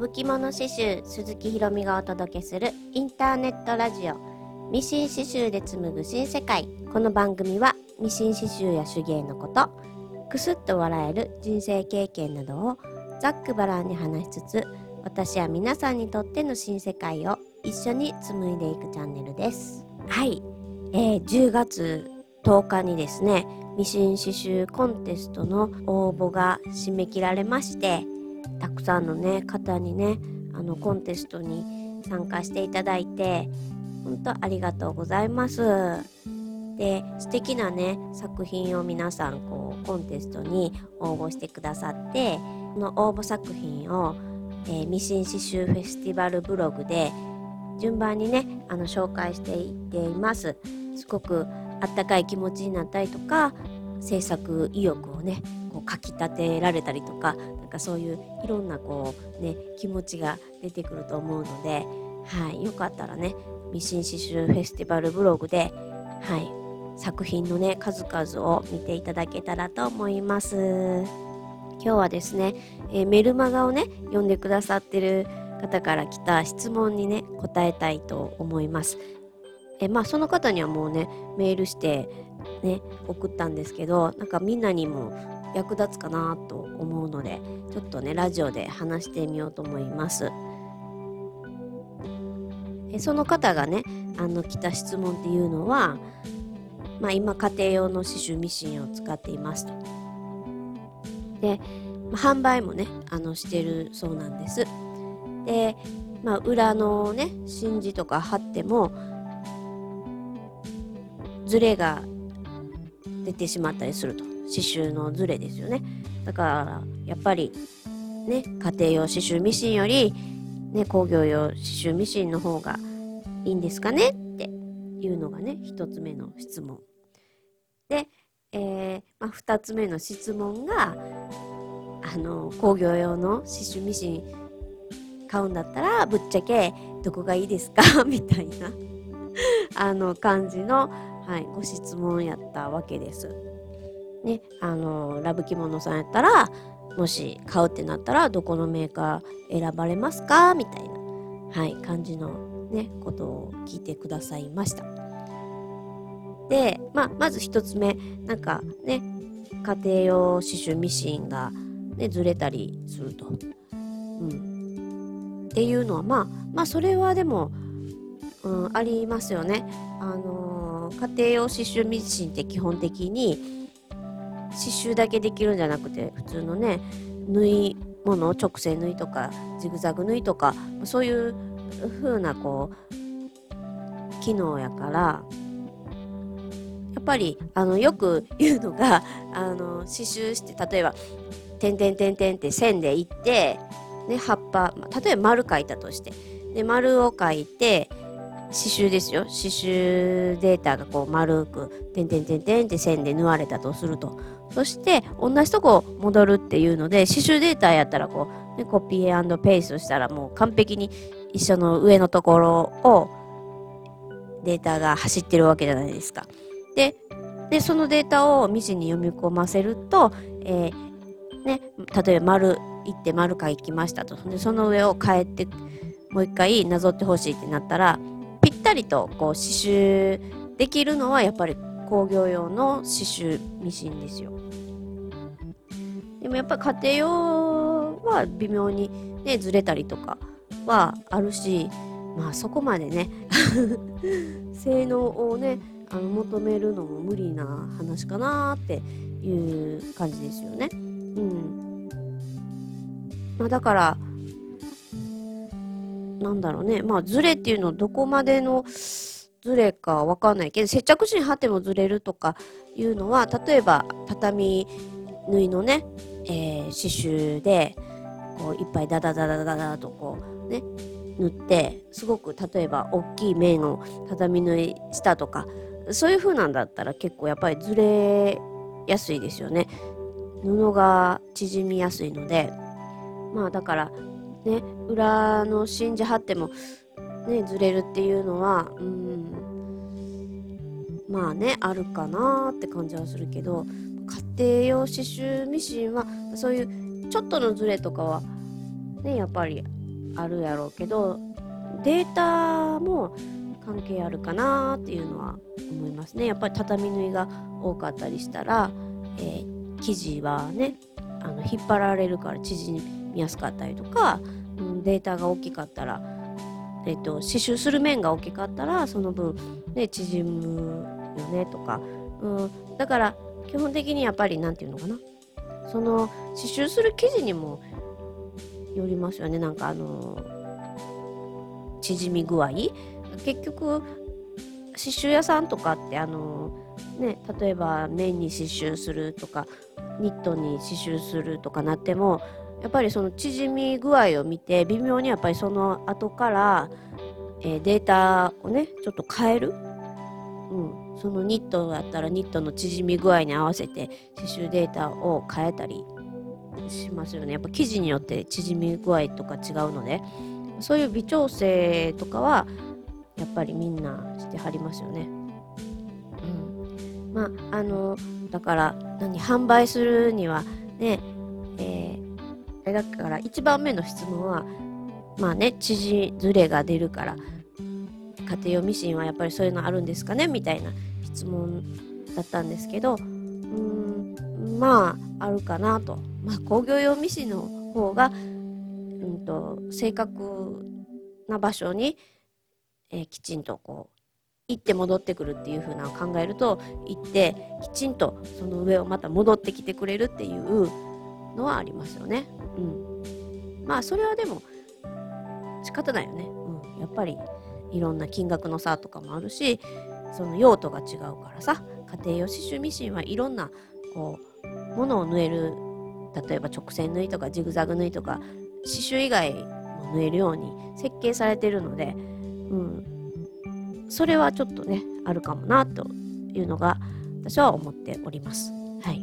ブ着物刺繍鈴木ひろみがお届けするインターネットラジオミシン刺繍で紡ぐ新世界。この番組はミシン刺繍や手芸のこと、くすっと笑える人生経験などをざっくばらんに話しつつ、私や皆さんにとっての新世界を一緒に紡いでいくチャンネルです。はい、10月10日にですね、ミシン刺繍コンテストの応募が締め切られまして、たくさんのね方にねコンテストに参加していただいて本当ありがとうございます。で、素敵なね作品を皆さんコンテストに応募してくださって、この応募作品を、ミシン刺繍フェスティバルブログで順番にね紹介していっています。すごくあったかい気持ちになったりとか、制作意欲をねかき立てられたりとか、なんかそういういろんな気持ちが出てくると思うので、はい、よかったらねミシン刺繍フェスティバルブログで、はい、作品のね数々を見ていただけたらと思います。今日はですね、メルマガをね読んでくださってる方から来た質問にね答えたいと思います。その方にはもうねメールしてね送ったんですけど、なんかみんなにも役立つかなと思うので、ちょっとねラジオで話してみようと思います。その方がね来た質問っていうのは、今家庭用の刺繍ミシンを使っていますと。で、販売もねしてるそうなんです。で、裏のね真珠とか貼ってもズレが出てしまったりすると。刺繍のズレですよね。だからやっぱりね家庭用刺繍ミシンよりね工業用刺繍ミシンの方がいいんですかねっていうのがね一つ目の質問で、二つ目の質問が工業用の刺繍ミシン買うんだったらぶっちゃけどこがいいですかみたいな感じの、ご質問やったわけですね。ラブ着物さんやったらもし買うってなったらどこのメーカー選ばれますかみたいな、感じのねことを聞いてくださいました。で、まず一つ目、なんかね家庭用刺繍ミシンが、ね、ずれたりすると、っていうのはそれはでも、ありますよね。家庭用刺繍ミシンって基本的に刺繍だけできるんじゃなくて、普通のね縫い物、直線縫いとかジグザグ縫いとかそういう風な機能やから、やっぱりよく言うのが刺繍して、例えば点々点々って線でいって、ね、葉っぱ、例えば丸描いたとして、で丸を描いて刺繍ですよ、刺繍データが丸く点々点々って線で縫われたとすると、そして同じとこ戻るっていうので、刺繍データやったらコピー&ペーストしたらもう完璧に一緒の上のところをデータが走ってるわけじゃないですか。でそのデータをミシンに読み込ませると、例えば丸いって丸書きましたと。でその上を変えてもう一回なぞってほしいってなったら、ぴったりと刺繍できるのはやっぱり工業用の刺繍ミシンですよ。でもやっぱり家庭用は微妙にねずれたりとかはあるし、そこまでね性能をね求めるのも無理な話かなっていう感じですよね。だからなんだろうね、ズレっていうのはどこまでのズレかわかんないけど、接着芯貼ってもずれるとかいうのは、例えば畳縫いのね、刺繍でいっぱいダダダダダダとね縫って、すごく例えば大きい面を畳縫いしたとか、そういう風なんだったら結構やっぱりずれやすいですよね。布が縮みやすいので、だからね裏の真珠貼ってもねずれるっていうのはあるかなって感じはするけど、家庭用刺繍ミシンはそういうちょっとのずれとかはねやっぱりあるやろうけど、データも関係あるかなっていうのは思いますね。やっぱり畳縫いが多かったりしたら、生地はね引っ張られるから縮みやすかったりとか、データが大きかったら、刺繍する面が大きかったらその分、ね、縮むよねとか、だから基本的にやっぱりなんていうのかな、その刺繍する生地にもよりますよね。なんか縮み具合、結局刺繍屋さんとかって例えば面に刺繍するとかニットに刺繍するとかなっても、やっぱりその縮み具合を見て微妙にやっぱりその後から、データをねちょっと変える、そのニットだったらニットの縮み具合に合わせて刺繍データを変えたりしますよね。やっぱ生地によって縮み具合とか違うので、そういう微調整とかはやっぱりみんなしてはりますよね。だから販売するにはね、だから1番目の質問は縮ずれが出るから家庭用ミシンはやっぱりそういうのあるんですかねみたいな質問だったんですけど、あるかなと。工業用ミシンの方が、正確な場所に、きちんとこう行って戻ってくるっていう風なのを考えると、行ってきちんとその上をまた戻ってきてくれるっていうのはありますよね。それはでも仕方ないよね。やっぱりいろんな金額の差とかもあるし、その用途が違うからさ、家庭用刺繍ミシンはいろんなこうものを縫える、例えば直線縫いとかジグザグ縫いとか刺繍以外も縫えるように設計されてるので、それはちょっとねあるかもなというのが私は思っております。はい。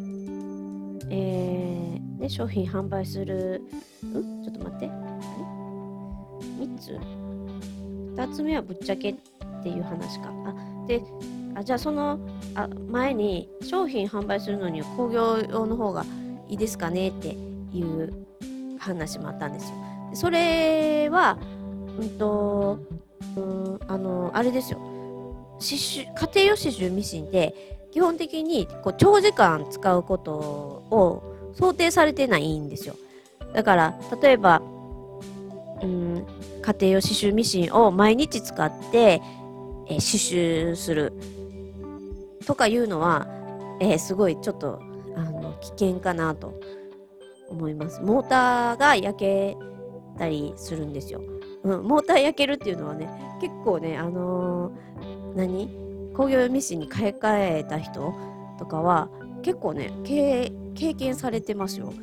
商品販売するちょっと待って、3つ2つ目はぶっちゃけっていう話か。じゃあその前に商品販売するのに工業用の方がいいですかねっていう話もあったんですよ。それはあれですよ、家庭用刺繍ミシンって基本的にこう長時間使うことを想定されてないんですよ。だから例えば家庭用刺繍ミシンを毎日使って、刺繍するとかいうのは、すごいちょっと危険かなと思います。モーターが焼けたりするんですよ。モーター焼けるっていうのはね結構ね工業用ミシンに買い替えた人とかは結構ね経験されてますよ。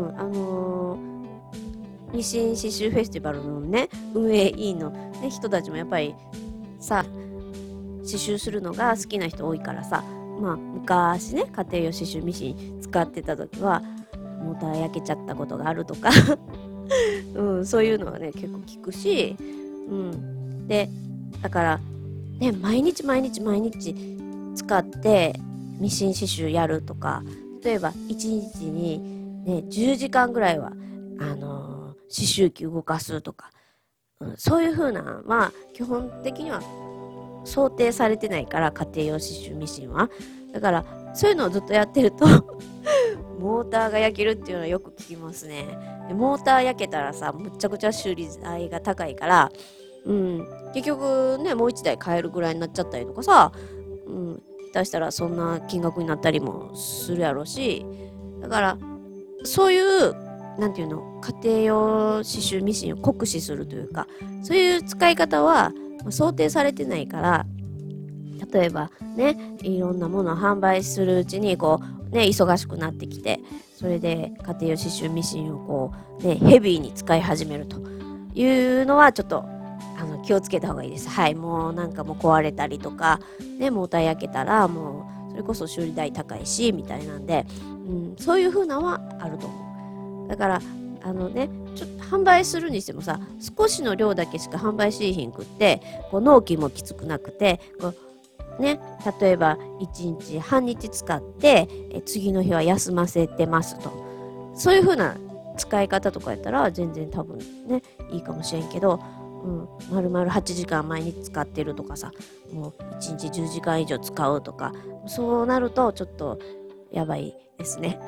ミシン刺繍フェスティバルのね運営委員の、人たちもやっぱりさ刺繍するのが好きな人多いからさ、昔ね家庭用刺繍ミシン使ってた時はモーター焼けちゃったことがあるとかそういうのはね結構聞くし、でだからね毎日使ってミシン刺繍やるとか、例えば1日に、10時間ぐらいは刺繍機動かすとか、そういう風な基本的には想定されてないから家庭用刺繍ミシンは。だからそういうのをずっとやってるとモーターが焼けるっていうのはよく聞きますね。でモーター焼けたらさむっちゃくちゃ修理代が高いから、結局ねもう1台買えるぐらいになっちゃったりとかさ、下手したらそんな金額になったりもするやろし、だからそういうなんていうの家庭用刺繍ミシンを酷使するというか、そういう使い方は想定されてないから、例えばねいろんなものを販売するうちにこうね忙しくなってきて、それで家庭用刺繍ミシンをこうねヘビーに使い始めるというのはちょっと気をつけた方がいいです。はい。もうなんかもう壊れたりとかねモーター焼けたらもうそれこそ修理代高いしみたいなんで、そういう風なのはあると思う。だからちょっと販売するにしてもさ少しの量だけしか販売しひんくってこう納期もきつくなくてこう例えば1日半日使って次の日は休ませてますと、そういう風な使い方とかやったら全然多分ねいいかもしれんけど、丸々8時間毎日使ってるとかさ、もう1日10時間以上使うとか、そうなるとちょっとやばいですね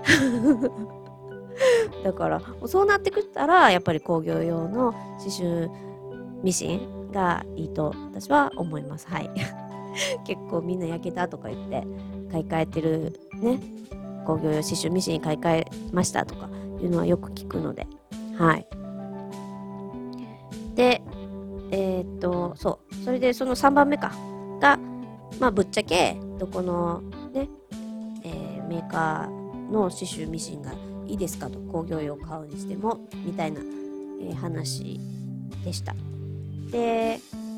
だからそうなってくったらやっぱり工業用の刺繍ミシンがいいと私は思います。はい結構みんな焼けたとか言って買い替えてるね、工業用刺繍ミシン買い替えましたとかいうのはよく聞くので、はい。でそれでその3番目かが、ぶっちゃけどこのね、メーカーの刺繍ミシンがいいですかと、工業用買うにしてもみたいな、話でした。で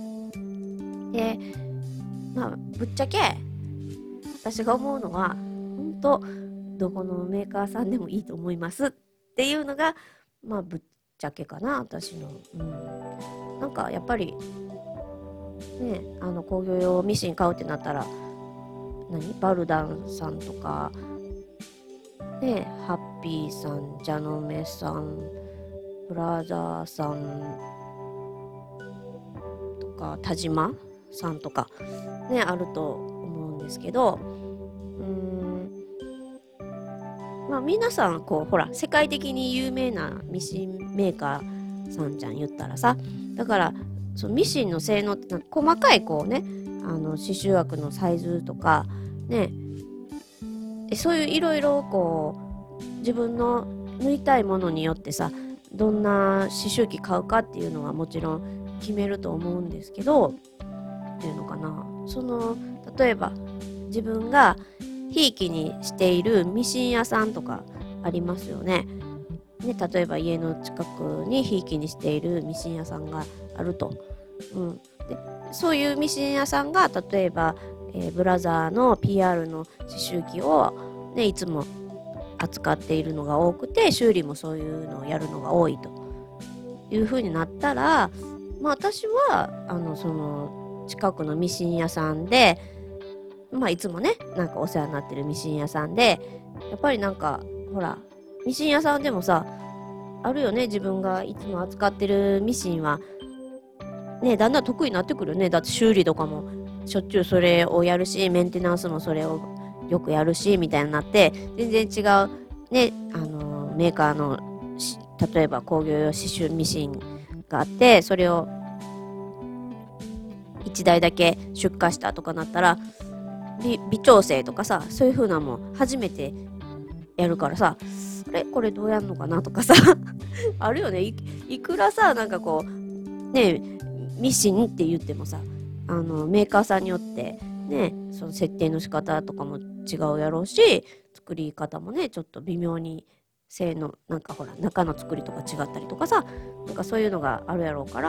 ぶっちゃけ私が思うのは本当どこのメーカーさんでもいいと思いますっていうのがぶっちゃけかな、私の。なんかやっぱりね、工業用ミシン買うってなったらバルダンさんとかね、ハッピーさん、ジャノメさん、ブラザーさんとか田島さんとかねあると思うんですけど、皆さんこうほら世界的に有名なミシンメーカーさんじゃん言ったらさ、だからそのミシンの性能って細かいこうね刺繍枠のサイズとかね、そういういろいろこう自分の縫いたいものによってさ、どんな刺繍機買うかっていうのはもちろん決めると思うんですけど、っていうのかな、その例えば自分がひいきにしているミシン屋さんとかありますよね。例えば家の近くにひいきにしているミシン屋さんがあると、でそういうミシン屋さんが例えば、ブラザーの PR の刺繍機を、いつも扱っているのが多くて、修理もそういうのをやるのが多いという風になったら、私はその近くのミシン屋さんで、いつもねなんかお世話になってるミシン屋さんで、やっぱりなんかほらミシン屋さんでもさあるよね、自分がいつも扱ってるミシンはねだんだん得意になってくるよね。だって修理とかもしょっちゅうそれをやるし、メンテナンスもそれをよくやるしみたいになって、全然違うねメーカーの例えば工業用刺繍ミシンがあって、それを1台だけ出荷したとかなったら微調整とかさ、そういう風なもん初めてやるからさ、これどうやんのかなとかさあるよね。いくらさなんかこうねミシンって言ってもさ、メーカーさんによってねその設定の仕方とかも違うやろうし、作り方もねちょっと微妙に性能なんかほら中の作りとか違ったりとかさ、なんかそういうのがあるやろうから、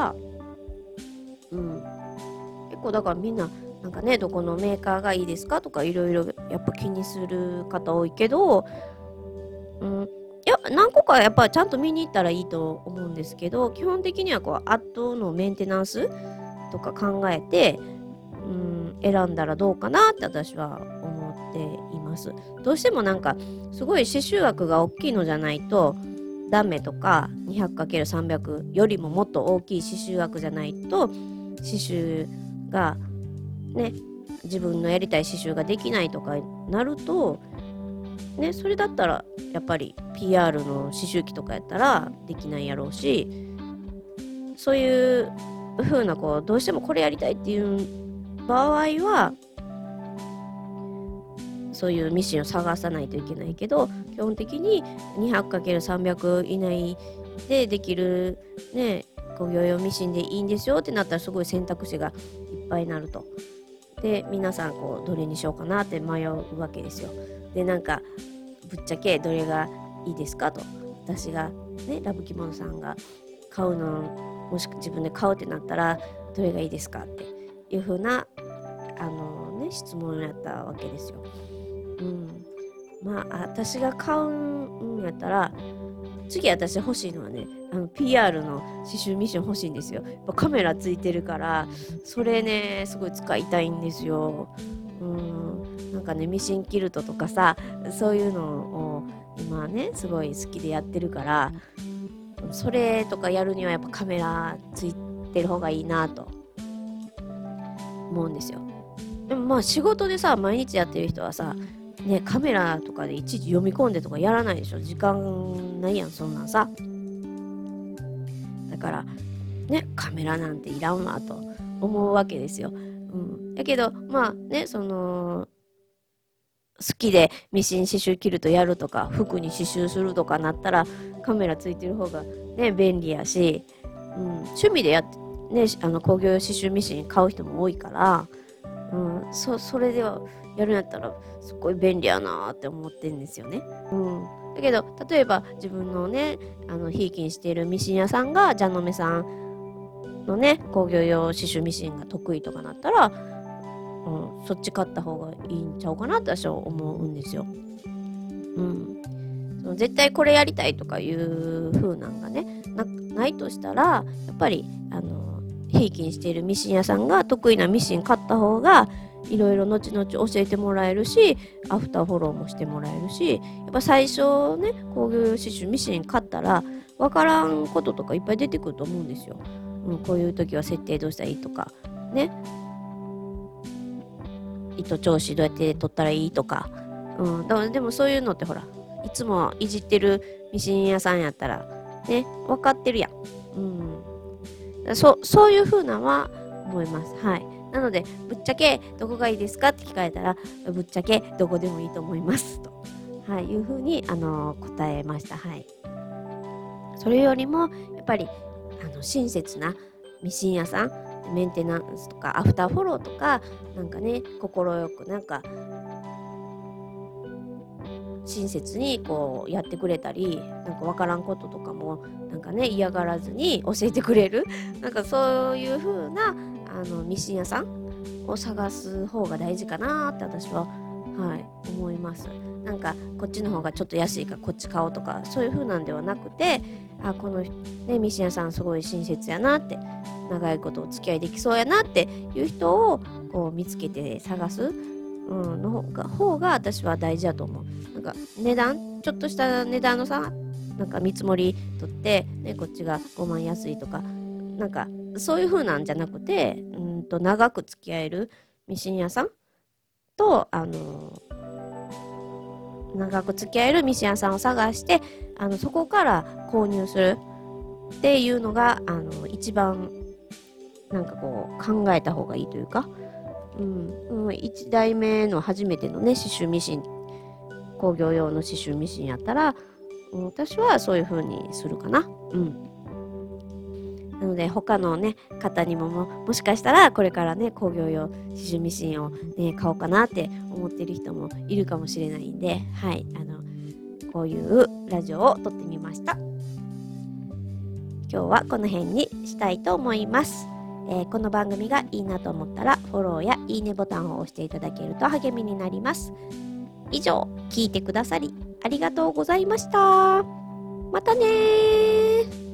結構だからみんななんかねどこのメーカーがいいですかとかいろいろやっぱ気にする方多いけど、いや何個かやっぱちゃんと見に行ったらいいと思うんですけど、基本的にはこう後のメンテナンスとか考えて選んだらどうかなって私は思っています。どうしてもなんかすごい刺繍枠が大きいのじゃないとダメとか、 200×300 よりももっと大きい刺繍枠じゃないと刺繍がね自分のやりたい刺繍ができないとかなるとね、それだったらやっぱり PR の刺繍機とかやったらできないやろうし、そういう風なこうどうしてもこれやりたいっていう場合はそういうミシンを探さないといけないけど、基本的に 200×300 以内でできるね工業用ミシンでいいんですよってなったらすごい選択肢がいっぱいになると。で皆さんこうどれにしようかなって迷うわけですよ。でなんかぶっちゃけどれがいいですかと、私がねラブ着物さんが買うのもし自分で買うってなったらどれがいいですかっていう風な質問やったわけですよ。私が買うんやったら次私欲しいのはねPR の刺繍ミシン欲しいんですよ。やっぱカメラついてるからそれねすごい使いたいんですよ。なんかねミシンキルトとかさ、そういうのを今ねすごい好きでやってるから、それとかやるにはやっぱカメラついてる方がいいなと思うんですよ。でもまあ仕事でさ毎日やってる人はさね、カメラとかでいちいち読み込んでとかやらないでしょ。時間ないやんそんなんさ。だからねカメラなんていらんわと思うわけですよ。だけどまあね好きでミシン刺繍切るとやるとか服に刺繍するとかなったらカメラついてる方がね便利やし、趣味でやってね工業用刺繍ミシン買う人も多いから、それではやるんやったらすごい便利やなって思ってんですよね。だけど例えば自分のねひいきにしているミシン屋さんがジャノメさんのね工業用刺繍ミシンが得意とかなったら、そっち買った方がいいんちゃうかなって私は思うんですよ。その絶対これやりたいとかいう風なんがねないとしたらやっぱりひいきにしているミシン屋さんが得意なミシン買った方がいろいろ後々教えてもらえるし、アフターフォローもしてもらえるし、やっぱ最初ね工業用刺繍ミシン買ったら分からんこととかいっぱい出てくると思うんですよ。こういう時は設定どうしたらいいとかね、糸調子どうやって取ったらいいとか、でもそういうのってほらいつもいじってるミシン屋さんやったらね分かってるやん。そういう風なのは思います。はい。なのでぶっちゃけどこがいいですかって聞かれたらぶっちゃけどこでもいいと思いますと、いう風に答えました。はい。それよりもやっぱり親切なミシン屋さん、メンテナンスとかアフターフォローとかなんかね心よくなんか親切にこうやってくれたり、なんかわからんこととかもなんかね嫌がらずに教えてくれるなんかそういう風なミシン屋さんを探す方が大事かなって私は思います。なんかこっちの方がちょっと安いからこっち買おうとかそういう風なんではなくて、このねミシン屋さんすごい親切やなって、長いことお付き合いできそうやなっていう人をこう見つけて探す、の方が私は大事だと思う。なんかちょっとした値段のさ、なんか見積もり取って、ね、こっちが5万安いとかなんかそういう風なんじゃなくて、長く付き合えるミシン屋さんと長く付き合えるミシン屋さんを探してそこから購入するっていうのが一番なんかこう考えた方がいいというか、1台目の初めてのね刺繍ミシン、工業用の刺繍ミシンやったら、私はそういう風にするかな。なので他のね方にももしかしたらこれからね工業用刺繍ミシンをね買おうかなって思ってる人もいるかもしれないんで、こういうラジオを撮ってみました。今日はこの辺にしたいと思います。この番組がいいなと思ったらフォローやいいねボタンを押していただけると励みになります。以上、聞いてくださりありがとうございました。またねー。